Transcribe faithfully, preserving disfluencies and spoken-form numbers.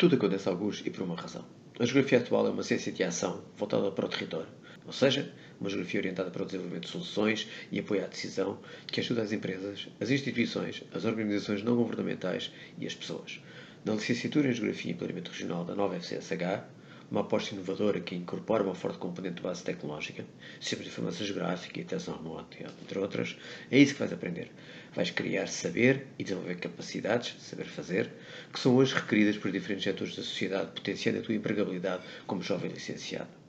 Tudo acontece a algures e por uma razão. A geografia atual é uma ciência de ação voltada para o território, ou seja, uma geografia orientada para o desenvolvimento de soluções e apoio à decisão que ajuda as empresas, as instituições, as organizações não governamentais e as pessoas. Na licenciatura em Geografia e Planeamento Regional da nova F C S H, uma aposta inovadora que incorpora uma forte componente de base tecnológica, sistemas de informação geográfica e atenção remota, entre outras, é isso que vais aprender. Vais criar saber e desenvolver capacidades, saber fazer, que são hoje requeridas por diferentes setores da sociedade, potenciando a tua empregabilidade como jovem licenciado.